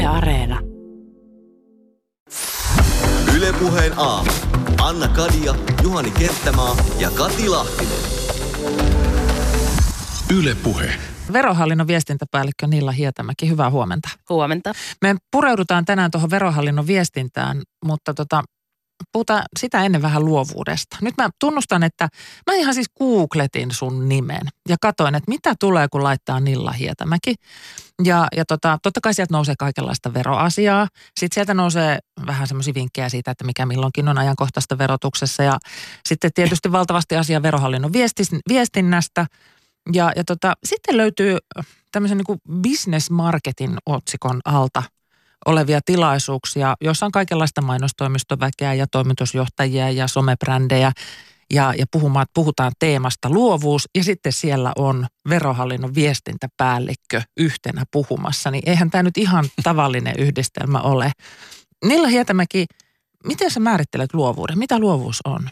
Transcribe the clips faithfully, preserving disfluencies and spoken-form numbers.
Yle Areena. Yle Puheen aamu. Anna Kadia, Juhani Kenttämaa ja Kati Lahtinen. Yle Puhe. Verohallinnon viestintäpäällikkö Nilla Hietämäki, hyvää huomenta. Huomenta. Me pureudutaan tänään tuohon verohallinnon viestintään, mutta tota, puhutaan sitä ennen vähän luovuudesta. Nyt mä tunnustan, että mä ihan siis googletin sun nimen ja katoin, että mitä tulee, kun laittaa Nilla Hietämäki. Ja, ja tota, totta kai sieltä nousee kaikenlaista veroasiaa. Sitten sieltä nousee vähän semmoisia vinkkejä siitä, että mikä milloinkin on ajankohtaista verotuksessa. Ja sitten tietysti valtavasti asiaa verohallinnon viestinnästä. Ja, ja tota, sitten löytyy tämmöisen niin kuin business marketin otsikon alta olevia tilaisuuksia, joissa on kaikenlaista mainostoimistoväkeä ja toimitusjohtajia ja somebrändejä. Ja, ja puhumaan, puhutaan teemasta luovuus ja sitten siellä on verohallinnon viestintäpäällikkö yhtenä puhumassa. Niin eihän tämä nyt ihan tavallinen yhdistelmä ole. Nilla Hietämäki, miten sä määrittelet luovuuden? Mitä luovuus on?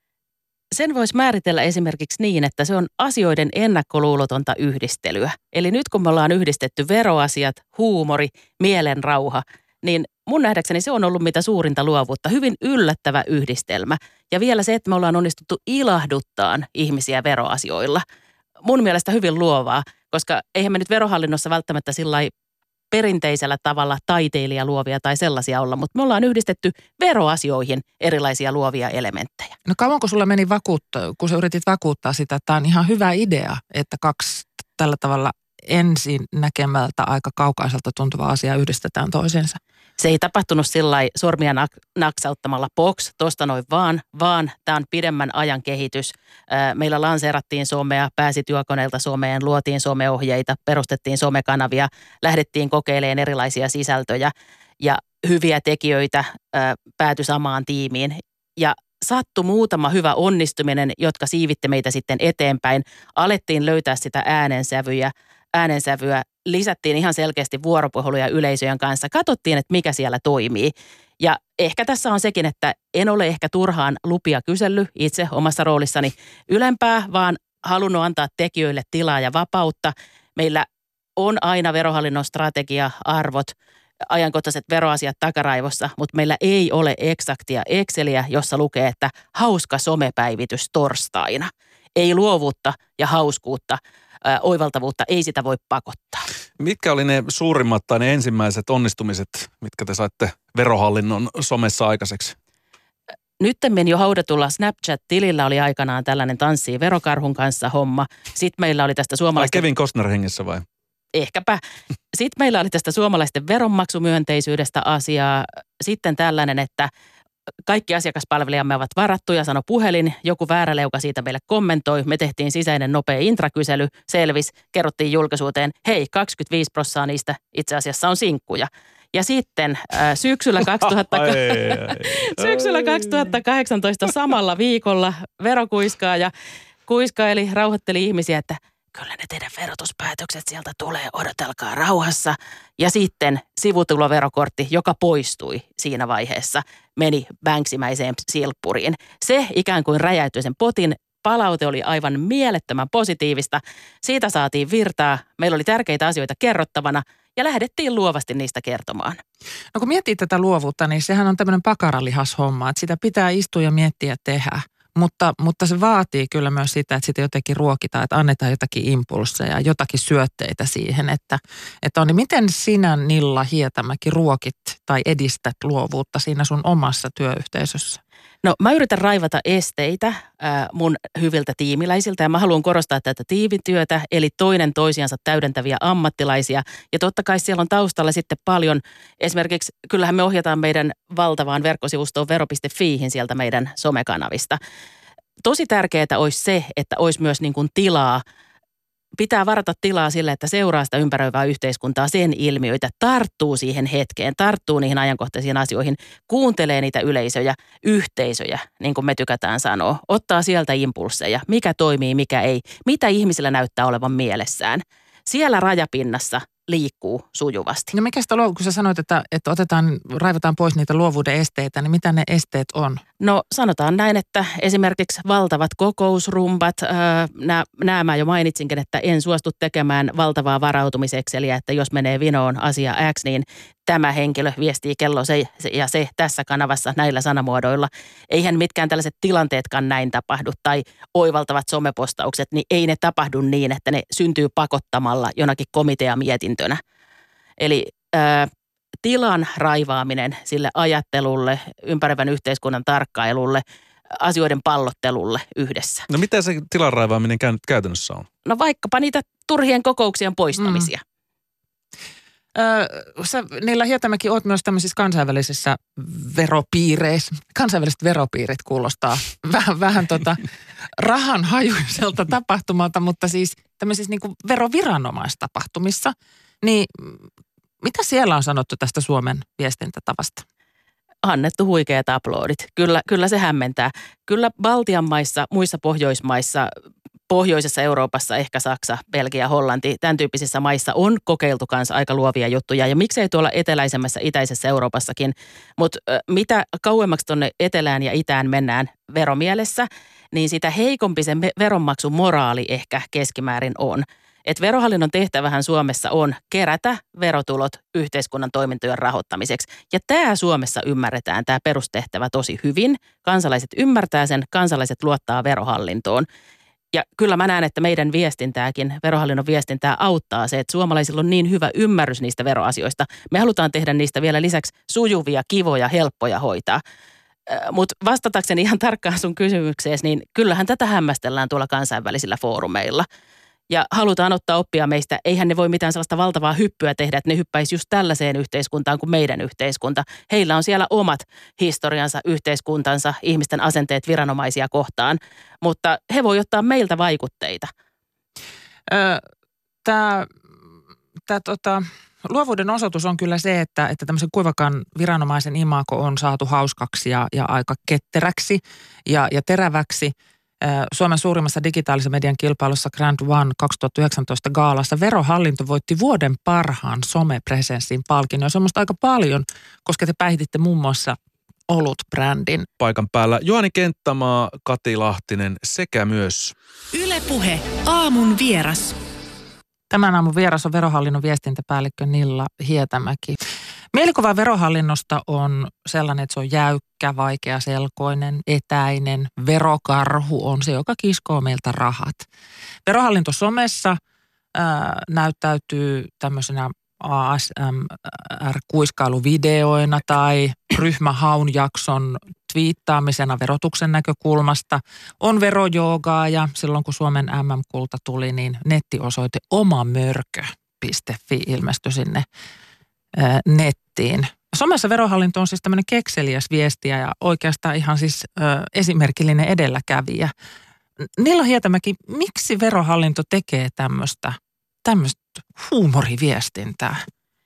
Sen voisi määritellä esimerkiksi niin, että se on asioiden ennakkoluulotonta yhdistelyä. Eli nyt kun me ollaan yhdistetty veroasiat, huumori, mielenrauha, niin mun nähdäkseni se on ollut mitä suurinta luovuutta. Hyvin yllättävä yhdistelmä. Ja vielä se, että me ollaan onnistuttu ilahduttaan ihmisiä veroasioilla. Mun mielestä hyvin luovaa, koska eihän me nyt verohallinnossa välttämättä sillai perinteisellä tavalla taiteilijaluovia tai sellaisia olla, mutta me ollaan yhdistetty veroasioihin erilaisia luovia elementtejä. No kauanko sulla meni vakuuttaa, kun sä yritit vakuuttaa sitä, että tämä on ihan hyvä idea, että kaksi tällä tavalla ensin näkemältä aika kaukaiselta tuntuvaa asiaa yhdistetään toisensa? Se ei tapahtunut sillai sormia nak- naksauttamalla box, tosta noin vaan, vaan tämä on pidemmän ajan kehitys. Meillä lanseerattiin somea, pääsi työkoneelta someen, luotiin someohjeita, perustettiin somekanavia, lähdettiin kokeilemaan erilaisia sisältöjä ja hyviä tekijöitä päätyi samaan tiimiin. Ja sattui muutama hyvä onnistuminen, jotka siivitti meitä sitten eteenpäin. Alettiin löytää sitä äänensävyjä, äänensävyä. Lisättiin ihan selkeästi vuoropuheluja yleisöjen kanssa. Katsottiin, että mikä siellä toimii. Ja ehkä tässä on sekin, että en ole ehkä turhaan lupia kysellyt itse omassa roolissani ylempää, vaan halunnut antaa tekijöille tilaa ja vapautta. Meillä on aina verohallinnon strategia, arvot, ajankohtaiset veroasiat takaraivossa, mutta meillä ei ole eksaktia Exceliä, jossa lukee, että hauska somepäivitys torstaina. Ei luovuutta ja hauskuutta. Oivaltavuutta, ei sitä voi pakottaa. Mitkä oli ne suurimmat tai ne ensimmäiset onnistumiset, mitkä te saitte verohallinnon somessa aikaiseksi? Nyttemmin jo haudatulla Snapchat-tilillä oli aikanaan tällainen tanssii verokarhun kanssa homma. Sitten meillä oli tästä suomalaisten... Vai Kevin Costner hengissä vai? Ehkäpä. Sitten meillä oli tästä suomalaisten veronmaksumyönteisyydestä asiaa. Sitten tällainen, että kaikki asiakaspalvelijamme ovat varattuja, sanoi puhelin. Joku vääräleuka siitä meille kommentoi. Me tehtiin sisäinen nopea intrakysely, selvisi, kerrottiin julkisuuteen, hei, kaksikymmentäviisi prosenttia niistä itse asiassa on sinkkuja. Ja sitten äh, syksyllä, kaksituhatta... ai, ai, ai. syksyllä kaksituhattakahdeksantoista samalla viikolla verokuiskaaja kuiskaili, rauhoitteli ihmisiä, että kyllä ne teidän verotuspäätökset sieltä tulee, odotelkaa rauhassa. Ja sitten sivutuloverokortti, joka poistui siinä vaiheessa, meni bänksimäiseen silppuriin. Se ikään kuin räjäytyi sen potin. Palaute oli aivan mielettömän positiivista. Siitä saatiin virtaa. Meillä oli tärkeitä asioita kerrottavana ja lähdettiin luovasti niistä kertomaan. No kun miettii tätä luovuutta, niin sehän on tämmöinen pakaralihashomma, että sitä pitää istua ja miettiä ja tehdä. Mutta, mutta se vaatii kyllä myös sitä, että sitä jotenkin ruokitaan, että annetaan jotakin impulsseja, jotakin syötteitä siihen, että, että on. Niin miten sinä, Nilla Hietämäki, ruokit tai edistät luovuutta siinä sun omassa työyhteisössä? No mä yritän raivata esteitä äh, mun hyviltä tiimiläisiltä ja mä haluan korostaa tätä tiimityötä, eli toinen toisiansa täydentäviä ammattilaisia. Ja totta kai siellä on taustalla sitten paljon, esimerkiksi kyllähän me ohjataan meidän valtavaan verkkosivustoon vero piste fiihin sieltä meidän somekanavista. Tosi tärkeää olisi se, että olisi myös niin kuin tilaa. Pitää varata tilaa sille, että seuraa sitä ympäröivää yhteiskuntaa, sen ilmiöitä, tarttuu siihen hetkeen, tarttuu niihin ajankohtaisiin asioihin, kuuntelee niitä yleisöjä, yhteisöjä, niin kuin me tykätään sanoa, ottaa sieltä impulseja, mikä toimii, mikä ei, mitä ihmisillä näyttää olevan mielessään. Siellä rajapinnassa liikkuu sujuvasti. No mikä sitä luovu, kun sä sanoit, että, että otetaan, raivataan pois niitä luovuuden esteitä, niin mitä ne esteet on? No sanotaan näin, että esimerkiksi valtavat kokousrumbat, nämä, nämä mä jo mainitsinkin, että en suostu tekemään valtavaa varautumisekseliä, että jos menee vinoon asia X, niin tämä henkilö viestii kello se, se ja se tässä kanavassa näillä sanamuodoilla. Eihän mitkään tällaiset tilanteetkaan näin tapahdu tai oivaltavat somepostaukset, niin ei ne tapahdu niin, että ne syntyy pakottamalla jonakin komiteamietintönä. Eli ää, tilan raivaaminen sille ajattelulle, ympäröivän yhteiskunnan tarkkailulle, asioiden pallottelulle yhdessä. No mitä se tilan raivaaminen käytännössä on? No vaikkapa niitä turhien kokouksien poistamisia. Mm. Öö, sä Niillä Hietämäki oot myös tämmöisissä kansainvälisissä veropiireissä. Kansainväliset veropiirit kuulostaa vähän, vähän tota rahanhajuiselta tapahtumalta, mutta siis tämmöisissä niin kuin veroviranomaistapahtumissa. Niin mitä siellä on sanottu tästä Suomen viestintätavasta? Annettu huikeat aplodit. Kyllä, kyllä se hämmentää. Kyllä Baltian maissa, muissa Pohjoismaissa, Pohjoisessa Euroopassa, ehkä Saksa, Belgia, Hollanti, tämän tyyppisissä maissa on kokeiltu kanssa aika luovia juttuja. Ja miksei tuolla eteläisemmässä, itäisessä Euroopassakin. Mutta mitä kauemmaksi tuonne etelään ja itään mennään veromielessä, niin sitä heikompi se veronmaksun moraali ehkä keskimäärin on. Että verohallinnon tehtävähän Suomessa on kerätä verotulot yhteiskunnan toimintojen rahoittamiseksi. Ja tämä Suomessa ymmärretään, tämä perustehtävä tosi hyvin. Kansalaiset ymmärtää sen, kansalaiset luottaa verohallintoon. Ja kyllä mä näen, että meidän viestintääkin, verohallinnon viestintää auttaa se, että suomalaisilla on niin hyvä ymmärrys niistä veroasioista. Me halutaan tehdä niistä vielä lisäksi sujuvia, kivoja, helppoja hoitaa. Mutta vastatakseni ihan tarkkaan sun kysymykseesi, niin kyllähän tätä hämmästellään tuolla kansainvälisillä foorumeilla. Ja halutaan ottaa oppia meistä. Eihän ne voi mitään sellaista valtavaa hyppyä tehdä, että ne hyppäisi just tällaiseen yhteiskuntaan kuin meidän yhteiskunta. Heillä on siellä omat historiansa, yhteiskuntansa, ihmisten asenteet viranomaisia kohtaan, mutta he voi ottaa meiltä vaikutteita. Tämä tota, luovuuden osoitus on kyllä se, että, että tämmöisen kuivakan viranomaisen imago on saatu hauskaksi ja, ja aika ketteräksi ja, ja teräväksi. Suomen suurimmassa digitaalisen median kilpailussa Grand One kaksituhattayhdeksäntoista gaalassa verohallinto voitti vuoden parhaan somepresenssin palkinnon. Se on musta aika paljon, koska te päihititte muun muassa Olut-brändin. Paikan päällä Juhani Kenttämaa, Kati Lahtinen sekä myös Yle Puhe, aamun vieras. Tämän aamun vieras on verohallinnon viestintäpäällikkö Nilla Hietämäki. Mielikuva verohallinnosta on sellainen, että se on jäykkä, vaikeaselkoinen, etäinen. Verokarhu on se, joka kiskoo meiltä rahat. Verohallinto somessa ää, näyttäytyy tämmöisenä A S M R-kuiskailuvideoina tai ryhmähaun jakson twiittaamisena verotuksen näkökulmasta. On verojoogaa ja silloin kun Suomen M M-kulta tuli, niin nettiosoite omamörkö piste fi ilmestyi sinne ää, nettiin. Somessa verohallinto on siis tämmöinen kekseliäs viestiä ja oikeastaan ihan siis ää, esimerkillinen edelläkävijä. Nilla Hietämäki, miksi verohallinto tekee tämmöistä tämmöistä huumoriviestintää?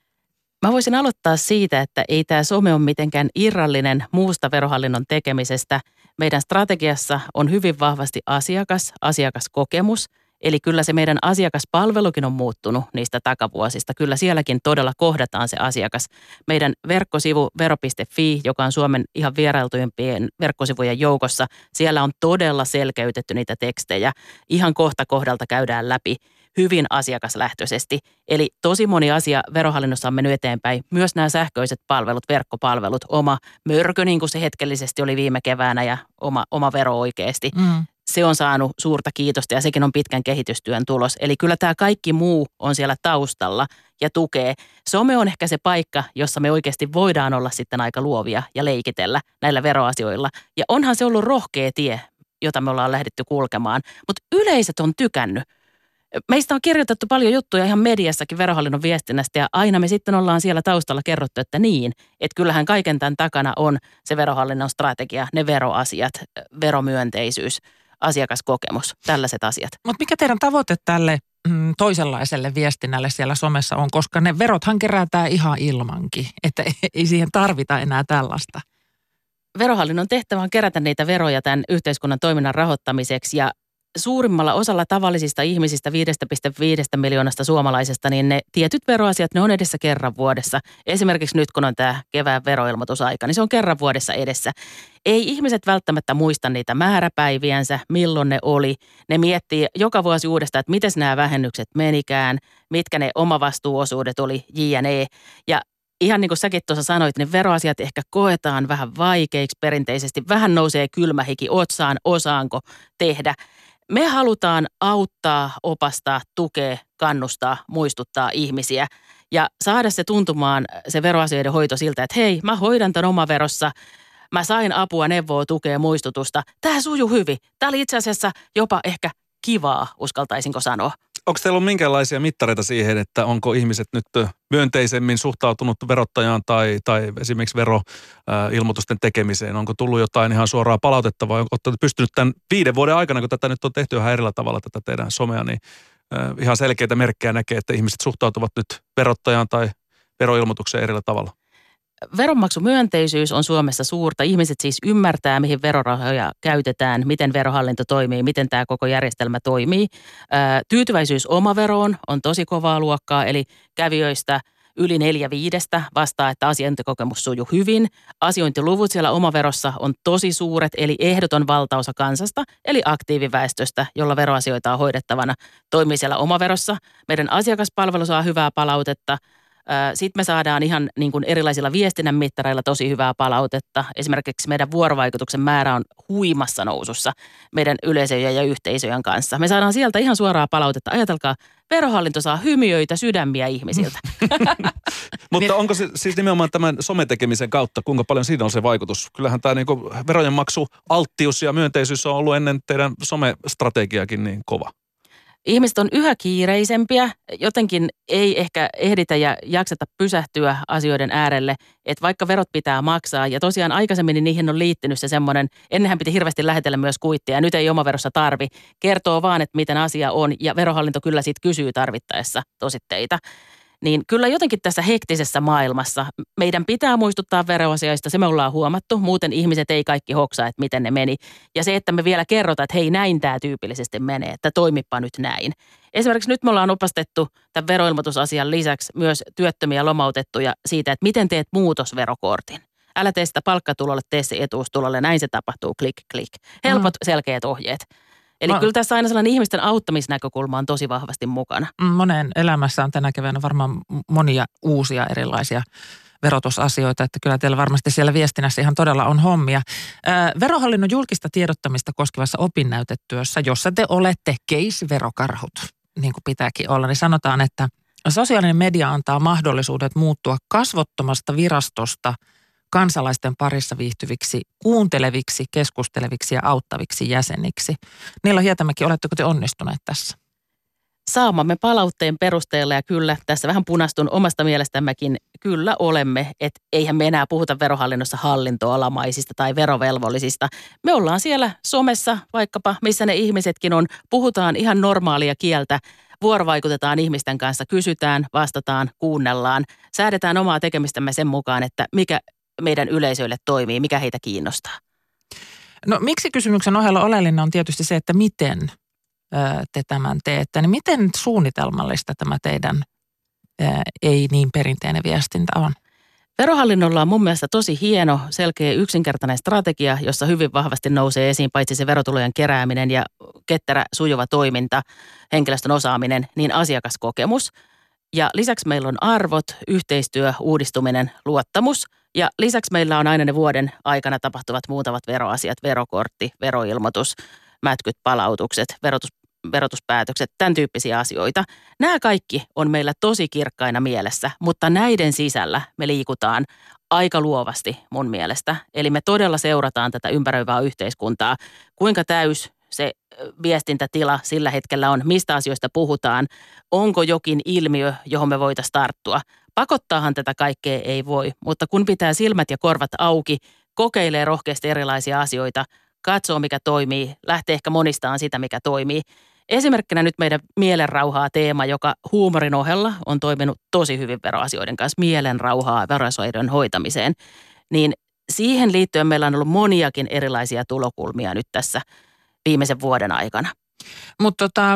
Mä voisin aloittaa siitä, että ei tämä some ole mitenkään irrallinen muusta verohallinnon tekemisestä. Meidän strategiassa on hyvin vahvasti asiakas, asiakaskokemus. Eli kyllä se meidän asiakaspalvelukin on muuttunut niistä takavuosista. Kyllä sielläkin todella kohdataan se asiakas. Meidän verkkosivu vero piste fi, joka on Suomen ihan vierailtuimpien verkkosivujen joukossa, siellä on todella selkeytetty niitä tekstejä. Ihan kohta kohdalta käydään läpi hyvin asiakaslähtöisesti. Eli tosi moni asia verohallinnossa on mennyt eteenpäin. Myös nämä sähköiset palvelut, verkkopalvelut, oma mörkö, niin kuin se hetkellisesti oli viime keväänä ja oma, oma vero oikeasti. Mm. Se on saanut suurta kiitosta ja sekin on pitkän kehitystyön tulos. Eli kyllä tämä kaikki muu on siellä taustalla ja tukee. Some on ehkä se paikka, jossa me oikeasti voidaan olla sitten aika luovia ja leikitellä näillä veroasioilla. Ja onhan se ollut rohkea tie, jota me ollaan lähdetty kulkemaan. Mutta yleiset on tykännyt. Meistä on kirjoitettu paljon juttuja ihan mediassakin verohallinnon viestinnästä ja aina me sitten ollaan siellä taustalla kerrottu, että niin, että kyllähän kaiken tämän takana on se verohallinnon strategia, ne veroasiat, veromyönteisyys, asiakaskokemus, tällaiset asiat. Mutta mikä teidän tavoite tälle mm, toisenlaiselle viestinnälle siellä somessa on, koska ne verothan kerätään ihan ilmankin, että ei siihen tarvita enää tällaista. Verohallinnon tehtävä on kerätä niitä veroja tämän yhteiskunnan toiminnan rahoittamiseksi ja suurimmalla osalla tavallisista ihmisistä, viisi pilkku viisi miljoonasta suomalaisesta, niin ne tietyt veroasiat, ne on edessä kerran vuodessa. Esimerkiksi nyt, kun on tämä kevään veroilmoitusaika, niin se on kerran vuodessa edessä. Ei ihmiset välttämättä muista niitä määräpäiviänsä, milloin ne oli. Ne miettii joka vuosi uudestaan, että miten nämä vähennykset menikään, mitkä ne omavastuuosuudet oli, jne. Ja ihan niin kuin säkin tuossa sanoit, niin veroasiat ehkä koetaan vähän vaikeiksi perinteisesti. Vähän nousee kylmähiki otsaan, osaanko tehdä. Me halutaan auttaa, opastaa, tukea, kannustaa, muistuttaa ihmisiä ja saada se tuntumaan se veroasioiden hoito siltä, että hei, mä hoidan tämän omaverossa, mä sain apua, neuvoa, tukea, muistutusta. Tämä sujuu hyvin. Tämä oli itse asiassa jopa ehkä kivaa, uskaltaisinko sanoa. Onko teillä ollut minkälaisia mittareita siihen, että onko ihmiset nyt myönteisemmin suhtautunut verottajaan tai, tai esimerkiksi veroilmoitusten tekemiseen? Onko tullut jotain ihan suoraa palautetta vai olette pystynyt tämän viiden vuoden aikana, kun tätä nyt on tehty ihan erillä tavalla tätä teidän somea, niin ihan selkeitä merkkejä näkee, että ihmiset suhtautuvat nyt verottajaan tai veroilmoitukseen erillä tavalla? Veronmaksumyönteisyys on Suomessa suurta. Ihmiset siis ymmärtää, mihin verorahoja käytetään, miten verohallinto toimii, miten tämä koko järjestelmä toimii. Tyytyväisyys omaveroon on tosi kovaa luokkaa, eli kävijöistä yli neljä viidestä vastaa, että asiointikokemus sujuu hyvin. Asiointiluvut siellä omaverossa on tosi suuret, eli ehdoton valtaosa kansasta, eli aktiiviväestöstä, jolla veroasioita on hoidettavana, toimii siellä omaverossa. Meidän asiakaspalvelu saa hyvää palautetta. Sitten me saadaan ihan niin kuin erilaisilla viestinnän mittareilla tosi hyvää palautetta. Esimerkiksi meidän vuorovaikutuksen määrä on huimassa nousussa meidän yleisöjen ja yhteisöjen kanssa. Me saadaan sieltä ihan suoraa palautetta. Ajatelkaa, verohallinto saa hymiöitä sydämiä ihmisiltä. Mutta onko se siis nimenomaan tämän sometekemisen kautta, kuinka paljon siinä on se vaikutus? Kyllähän tämä niinku verojen maksu, alttius ja myönteisyys on ollut ennen teidän somestrategiakin niin kova. Ihmiset on yhä kiireisempiä, jotenkin ei ehkä ehditä ja jakseta pysähtyä asioiden äärelle, että vaikka verot pitää maksaa ja tosiaan aikaisemmin niin niihin on liittynyt se semmoinen, ennenhän piti hirveästi lähetellä myös kuittia ja nyt ei omaverossa tarvi, kertoo vaan, että miten asia on ja verohallinto kyllä siitä kysyy tarvittaessa tositteita. Niin kyllä jotenkin tässä hektisessä maailmassa meidän pitää muistuttaa veroasioista, se me ollaan huomattu. Muuten ihmiset ei kaikki hoksaa, että miten ne meni. Ja se, että me vielä kerrotaan, että hei näin tämä tyypillisesti menee, että toimipa nyt näin. Esimerkiksi nyt me ollaan opastettu tämän veroilmoitusasian lisäksi myös työttömiä lomautettuja siitä, että miten teet muutosverokortin. Älä tee sitä palkkatulolle, tee se etuustulolle, näin se tapahtuu, klik, klik. Helpot, selkeät ohjeet. Eli Mä... kyllä tässä aina sellainen ihmisten auttamisnäkökulma on tosi vahvasti mukana. Monen elämässä on tänä keväänä varmaan monia uusia erilaisia verotusasioita, että kyllä teillä varmasti siellä viestinnässä ihan todella on hommia. Ää, verohallinnon julkista tiedottamista koskevassa opinnäytetyössä, jossa te olette case-verokarhut, niin kuin pitääkin olla, niin sanotaan, että sosiaalinen media antaa mahdollisuudet muuttua kasvottomasta virastosta kansalaisten parissa viihtyviksi, kuunteleviksi, keskusteleviksi ja auttaviksi jäseniksi. Niilo Hietämäki, oletteko te onnistuneet tässä? Saamamme palautteen perusteella ja kyllä, tässä vähän punastun omasta mielestämmekin, kyllä olemme, että eihän me enää puhuta verohallinnossa hallintoalamaisista tai verovelvollisista. Me ollaan siellä somessa vaikkapa, missä ne ihmisetkin on, puhutaan ihan normaalia kieltä, vuorovaikutetaan ihmisten kanssa, kysytään, vastataan, kuunnellaan, säädetään omaa tekemistämme sen mukaan, että mikä meidän yleisöille toimii, mikä heitä kiinnostaa. No miksi kysymyksen ohella oleellinen on tietysti se, että miten te tämän teette, niin miten suunnitelmallista tämä teidän ää, ei niin perinteinen viestintä on? Verohallinnolla on mun mielestä tosi hieno, selkeä, yksinkertainen strategia, jossa hyvin vahvasti nousee esiin paitsi se verotulojen kerääminen ja ketterä, sujuva toiminta, henkilöstön osaaminen, niin asiakaskokemus. Ja lisäksi meillä on arvot, yhteistyö, uudistuminen, luottamus. Ja lisäksi meillä on aina ne vuoden aikana tapahtuvat muutamat veroasiat, verokortti, veroilmoitus, mätkyt, palautukset, verotus, verotuspäätökset, tämän tyyppisiä asioita. Nämä kaikki on meillä tosi kirkkaina mielessä, mutta näiden sisällä me liikutaan aika luovasti mun mielestä. Eli me todella seurataan tätä ympäröivää yhteiskuntaa, kuinka täys se viestintätila sillä hetkellä on, mistä asioista puhutaan, onko jokin ilmiö, johon me voitaisiin tarttua. Pakottaahan tätä kaikkea ei voi, mutta kun pitää silmät ja korvat auki, kokeilee rohkeasti erilaisia asioita, katsoo mikä toimii, lähtee ehkä monistaan sitä mikä toimii. Esimerkkinä nyt meidän mielenrauhaa teema, joka huumorin ohella on toiminut tosi hyvin veroasioiden kanssa, mielenrauhaa veroasioiden hoitamiseen, niin siihen liittyen meillä on ollut moniakin erilaisia tulokulmia nyt tässä viimeisen vuoden aikana. Mutta tota,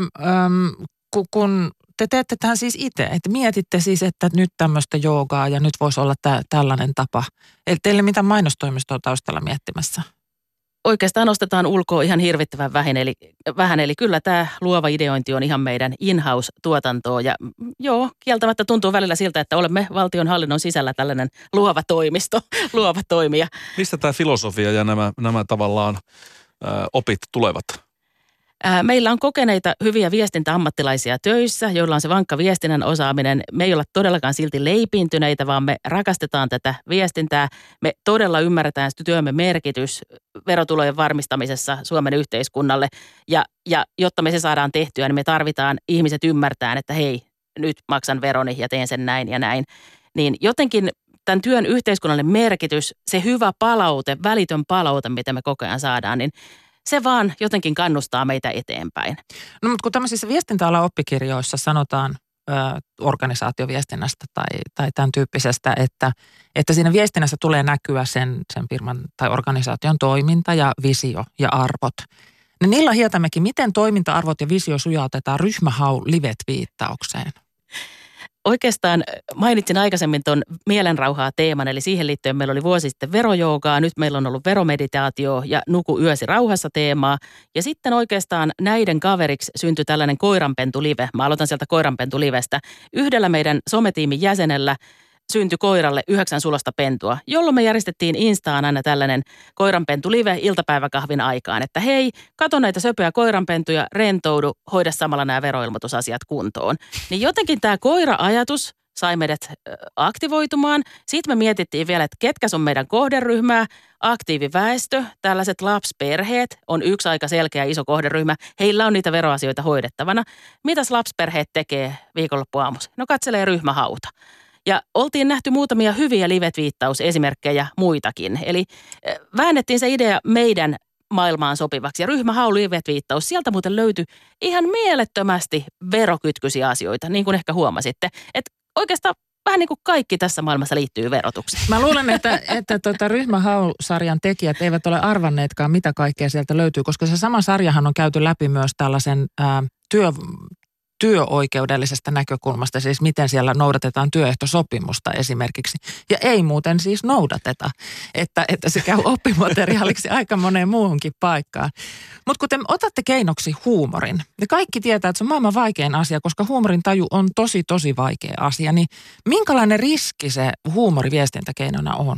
kun te teette tähän siis itse, että mietitte siis, että nyt tämmöistä joogaa ja nyt voisi olla tä- tällainen tapa. Eli teille mitään mainostoimistoa taustalla miettimässä? oikeastaan ostetaan ulkoa ihan hirvittävän vähän eli, vähän, eli kyllä tämä luova ideointi on ihan meidän in-house-tuotantoa. Ja joo, kieltämättä tuntuu välillä siltä, että olemme valtionhallinnon sisällä tällainen luova toimisto, luova toimija. Mistä tämä filosofia ja nämä, nämä tavallaan ä, opit tulevat? Meillä on kokeneita hyviä viestintäammattilaisia töissä, joilla on se vankka viestinnän osaaminen. Me ei olla todellakaan silti leipiintyneitä, vaan me rakastetaan tätä viestintää. Me todella ymmärretään työmme merkitys verotulojen varmistamisessa Suomen yhteiskunnalle. Ja, ja jotta me se saadaan tehtyä, niin me tarvitaan ihmiset ymmärtämään, että hei, nyt maksan veroni ja teen sen näin ja näin. Niin jotenkin tämän työn yhteiskunnallinen merkitys, se hyvä palaute, välitön palaute, mitä me koko ajan saadaan, niin se vaan jotenkin kannustaa meitä eteenpäin. No mutta kun tämmöisissä viestintäalan oppikirjoissa sanotaan ö, organisaatioviestinnästä tai, tai tämän tyyppisestä, että, että siinä viestinnässä tulee näkyä sen, sen firman tai organisaation toiminta ja visio ja arvot. Niin Nilla Hietamäki, miten toiminta-arvot ja visio sujautetaan ryhmähau live-twiittaukseen? Oikeastaan mainitsin aikaisemmin tuon mielenrauhaa teeman, eli siihen liittyen meillä oli vuosi sitten verojoogaa, nyt meillä on ollut veromeditaatio ja nuku yösi rauhassa teemaa. Ja sitten oikeastaan näiden kaveriksi syntyi tällainen koiranpentu-live. Mä aloitan sieltä koiranpentu-livestä. Yhdellä meidän sometiimin jäsenellä syntyi koiralle yhdeksän sulosta pentua, jolloin me järjestettiin Instaan aina tällainen koiranpentu-live iltapäiväkahvin aikaan, että hei, kato näitä söpöjä koiranpentuja, rentoudu, hoida samalla nämä veroilmoitusasiat kuntoon. Niin jotenkin tämä koira-ajatus sai meidät aktivoitumaan. Sitten me mietittiin vielä, että ketkä on meidän kohderyhmää, aktiiviväestö, tällaiset lapsiperheet on yksi aika selkeä iso kohderyhmä. Heillä on niitä veroasioita hoidettavana. Mitäs lapsiperheet tekee viikonloppuaamussa? No katselee ryhmähauta. Ja oltiin nähty muutamia hyviä live-twiittausesimerkkejä muitakin. Eli väännettiin se idea meidän maailmaan sopivaksi. Ja ryhmähau live-twiittaus, sieltä muuten löytyi ihan mielettömästi verokytkyisiä asioita, niin kuin ehkä huomasitte. Että oikeastaan vähän niin kuin kaikki tässä maailmassa liittyy verotukseen. Mä luulen, että, että tuota ryhmähau-sarjan tekijät eivät ole arvanneetkaan, mitä kaikkea sieltä löytyy, koska se sama sarjahan on käyty läpi myös tällaisen ää, työ... työoikeudellisesta näkökulmasta, siis miten siellä noudatetaan työehtosopimusta esimerkiksi. Ja ei muuten siis noudateta, että, että se käy oppimateriaaliksi aika moneen muuhunkin paikkaan. Mutta kun te otatte keinoksi huumorin, ja kaikki tietää, että se on maailman vaikein asia, koska huumorin taju on tosi, tosi vaikea asia, niin minkälainen riski se huumori viestintäkeinona on?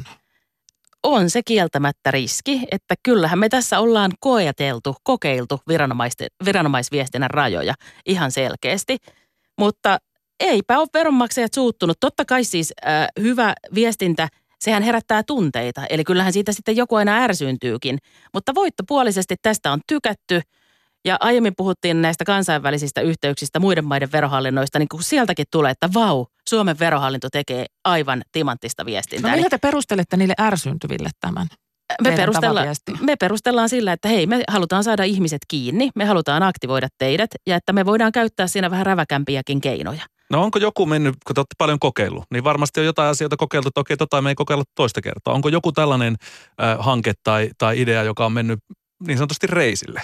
On se kieltämättä riski, että kyllähän me tässä ollaan koeteltu, kokeiltu viranomaisviestinnän rajoja ihan selkeästi, mutta eipä ole veronmaksajat suuttunut. Totta kai siis äh, hyvä viestintä, sehän herättää tunteita, eli kyllähän siitä sitten joku aina ärsyyntyykin, mutta voittopuolisesti tästä on tykätty. Ja aiemmin puhuttiin näistä kansainvälisistä yhteyksistä muiden maiden verohallinnoista, niin kun sieltäkin tulee, että vau, Suomen verohallinto tekee aivan timanttista viestintää. No millä te perustelette niille ärsyyntyville tämän? Me perustellaan, me perustellaan sillä, että hei, me halutaan saada ihmiset kiinni, me halutaan aktivoida teidät ja että me voidaan käyttää siinä vähän räväkämpiäkin keinoja. No onko joku mennyt, kun te olette paljon kokeillut, niin varmasti on jotain asioita kokeiltu, että okei, tota me ei kokeilla toista kertaa. Onko joku tällainen äh, hanke tai, tai idea, joka on mennyt niin sanotusti reisille?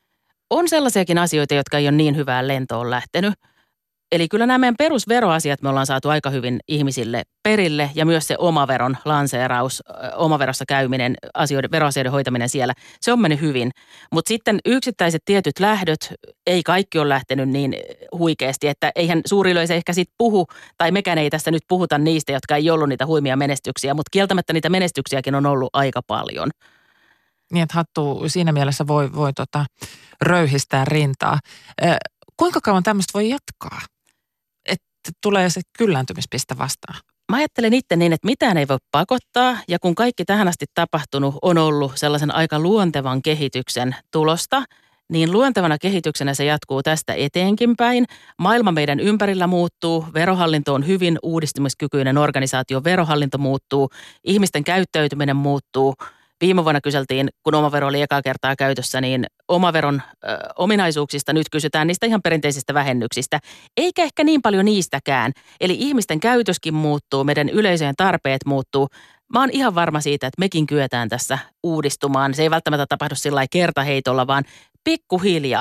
On sellaisiakin asioita, jotka ei ole niin hyvään lentoon lähtenyt. Eli kyllä nämä meidän perusveroasiat me ollaan saatu aika hyvin ihmisille perille ja myös se omaveron lanseeraus, omaverossa käyminen, asioiden, veroasioiden hoitaminen siellä, se on mennyt hyvin. Mutta sitten yksittäiset tietyt lähdöt, ei kaikki ole lähtenyt niin huikeasti, että eihän suuri yleisö ehkä sitten puhu, tai mekään ei tässä nyt puhuta niistä, jotka ei ollut niitä huimia menestyksiä, mutta kieltämättä niitä menestyksiäkin on ollut aika paljon. Niin, että hattu siinä mielessä voi, voi tota, röyhistää rintaa. Äh, kuinka kauan tämmöistä voi jatkaa? Että tulee se kyllääntymispiste vastaan? Mä ajattelen itse niin, että mitään ei voi pakottaa ja kun kaikki tähän asti tapahtunut on ollut sellaisen aika luontevan kehityksen tulosta, niin luontevana kehityksenä se jatkuu tästä eteenkin päin. Maailma meidän ympärillä muuttuu, verohallinto on hyvin uudistumiskykyinen organisaatio, verohallinto muuttuu, ihmisten käyttäytyminen muuttuu. Viime vuonna kyseltiin, kun omavero oli ekaa kertaa käytössä, niin omaveron ö, ominaisuuksista nyt kysytään niistä ihan perinteisistä vähennyksistä. Eikä ehkä niin paljon niistäkään. Eli ihmisten käytöskin muuttuu, meidän yleisöjen tarpeet muuttuu. Mä oon ihan varma siitä, että mekin kyetään tässä uudistumaan. Se ei välttämättä tapahdu sillä lailla kertaheitolla, vaan pikkuhiljaa.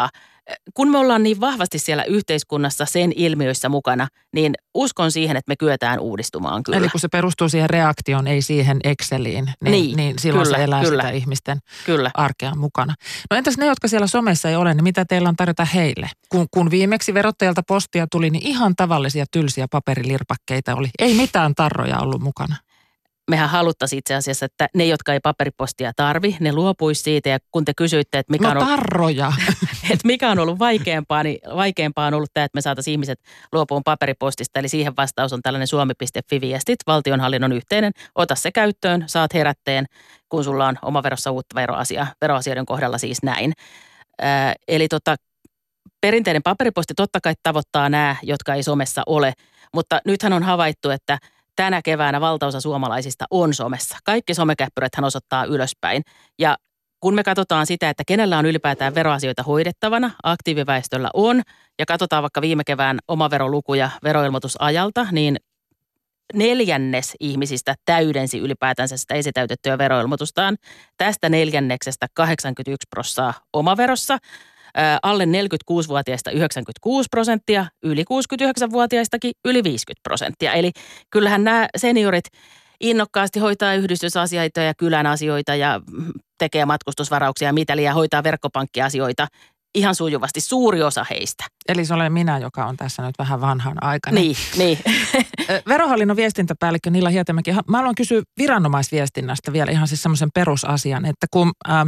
kun me ollaan niin vahvasti siellä yhteiskunnassa sen ilmiöissä mukana, niin uskon siihen, että me kyetään uudistumaan kyllä. Eli kun se perustuu siihen reaktioon, ei siihen Exceliin, niin, niin, niin silloin kyllä, se elää kyllä. sitä ihmisten kyllä. arkea mukana. No entäs ne, jotka siellä somessa ei ole, niin mitä teillä on tarjota heille? Kun, kun viimeksi verottajalta postia tuli, niin ihan tavallisia tylsiä paperilirpakkeita oli. Ei mitään tarroja ollut mukana. Mehän haluttaisiin itse asiassa, että ne, jotka ei paperipostia tarvi, ne luopuisi siitä. Ja kun te kysyitte, että mikä, no, on, tarroja. että mikä on ollut vaikeampaa, niin vaikeampaa on ollut tämä, että me saataisiin ihmiset luopuun paperipostista. Eli siihen vastaus on tällainen suomi piste fi-viestit, valtionhallinnon yhteinen. Ota se käyttöön, saat herätteen, kun sulla on oma verossa uutta veroasiaa. Veroasioiden kohdalla siis näin. Ää, eli tota, perinteinen paperiposti totta kai tavoittaa nämä, jotka ei somessa ole. Mutta nythän on havaittu, että tänä keväänä valtaosa suomalaisista on somessa. Kaikki somekäppyräthän osoittaa ylöspäin. Ja kun me katsotaan sitä, että kenellä on ylipäätään veroasioita hoidettavana, aktiiviväestöllä on, ja katsotaan vaikka viime kevään omaverolukuja veroilmoitusajalta, niin neljännes ihmisistä täydensi ylipäätänsä sitä esitäytettyä veroilmoitustaan. Tästä neljänneksestä kahdeksankymmentäyksi prosenttia omaverossa. Alle neljäkymmentäkuusivuotiaista yhdeksänkymmentäkuusi prosenttia, yli kuusikymmentäyhdeksänvuotiaistakin yli viisikymmentä prosenttia. Eli kyllähän nämä seniorit innokkaasti hoitaa yhdistysasioita ja kylän asioita ja tekee matkustusvarauksia ja mitä liian hoitaa verkkopankkiasioita ihan sujuvasti, suuri osa heistä. Eli se olen minä, joka on tässä nyt vähän vanhan aikana. Niin, niin. Verohallinnon viestintäpäällikkö Nilla Hietämäki, mä haluan kysyä viranomaisviestinnästä vielä ihan siis semmoisen perusasian, että kun Ähm,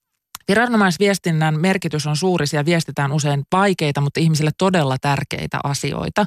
viranomaisviestinnän merkitys on suuri, siellä viestitään usein vaikeita, mutta ihmisille todella tärkeitä asioita.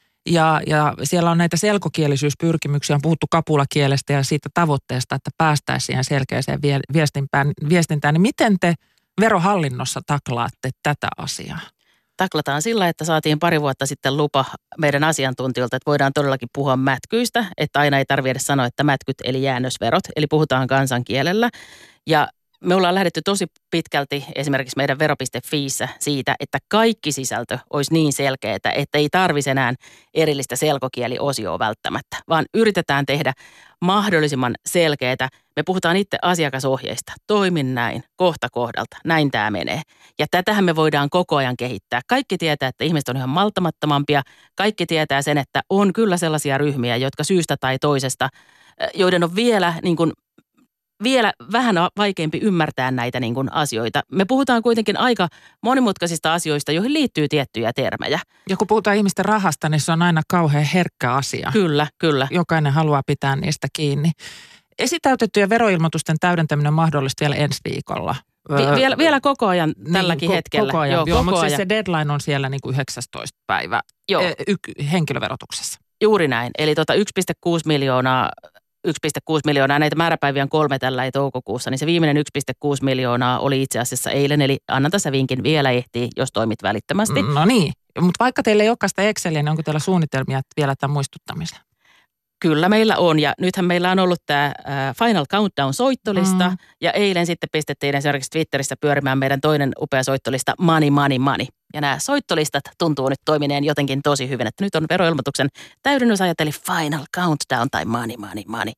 Ja, ja siellä on näitä selkokielisyyspyrkimyksiä, on puhuttu kapulakielestä ja siitä tavoitteesta, että päästäisiin siihen selkeäseen viestintään. viestintään. Niin miten te verohallinnossa taklaatte tätä asiaa? Taklataan sillä, että saatiin pari vuotta sitten lupa meidän asiantuntijoilta, että voidaan todellakin puhua mätkyistä, että aina ei tarvitse edes sanoa, että mätkyt eli jäännösverot, eli puhutaan kansankielellä. Ja me ollaan lähdetty tosi pitkälti esimerkiksi meidän vero piste fiissä siitä, että kaikki sisältö olisi niin selkeää, että ei tarvitsisi enää erillistä selkokieliosioa välttämättä, vaan yritetään tehdä mahdollisimman selkeää. Me puhutaan itse asiakasohjeista. Toimin näin, kohta kohdalta, näin tämä menee. Ja tätähän me voidaan koko ajan kehittää. Kaikki tietää, että ihmiset on ihan malttamattomampia. Kaikki tietää sen, että on kyllä sellaisia ryhmiä, jotka syystä tai toisesta, joiden on vielä niin kuin vielä vähän vaikeampi ymmärtää näitä niin kuin asioita. Me puhutaan kuitenkin aika monimutkaisista asioista, joihin liittyy tiettyjä termejä. Ja kun puhutaan ihmisten rahasta, niin se on aina kauhean herkkä asia. Kyllä, kyllä. Jokainen haluaa pitää niistä kiinni. Esitäytettyjen veroilmoitusten täydentäminen on mahdollista vielä ensi viikolla. Vi- vielä, vielä koko ajan tälläkin niin, hetkellä. Koko ajan, joo, joo koko mutta ajan. Siis se deadline on siellä niin kuin yhdeksästoista päivä joo. Y- henkilöverotuksessa. Juuri näin. Eli tota yksi pilkku kuusi miljoonaa yksi pilkku kuusi miljoonaa, näitä määräpäiviä on kolme tällä ei toukokuussa, niin se viimeinen yksi pilkku kuusi miljoonaa oli itse asiassa eilen, eli annan tässä vinkin, vielä ehtii, jos toimit välittömästi. No niin, mutta vaikka teillä ei olekaan sitä Exceliä, niin onko teillä suunnitelmia vielä tämän muistuttamiseen? Kyllä meillä on, ja nythän meillä on ollut tämä Final Countdown-soittolista, mm. ja eilen sitten pistettiin esimerkiksi Twitterissä pyörimään meidän toinen upea soittolista Money, Money, Money. Ja nämä soittolistat tuntuu nyt toimineen jotenkin tosi hyvin, että nyt on veroilmoituksen täydennysajat, eli Final Countdown tai Money, Money, Money.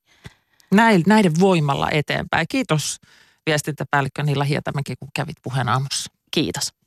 Näiden voimalla eteenpäin. Kiitos viestintäpäällikkö Nilla Hietämäki, kun kävit Puheen aamussa. Kiitos.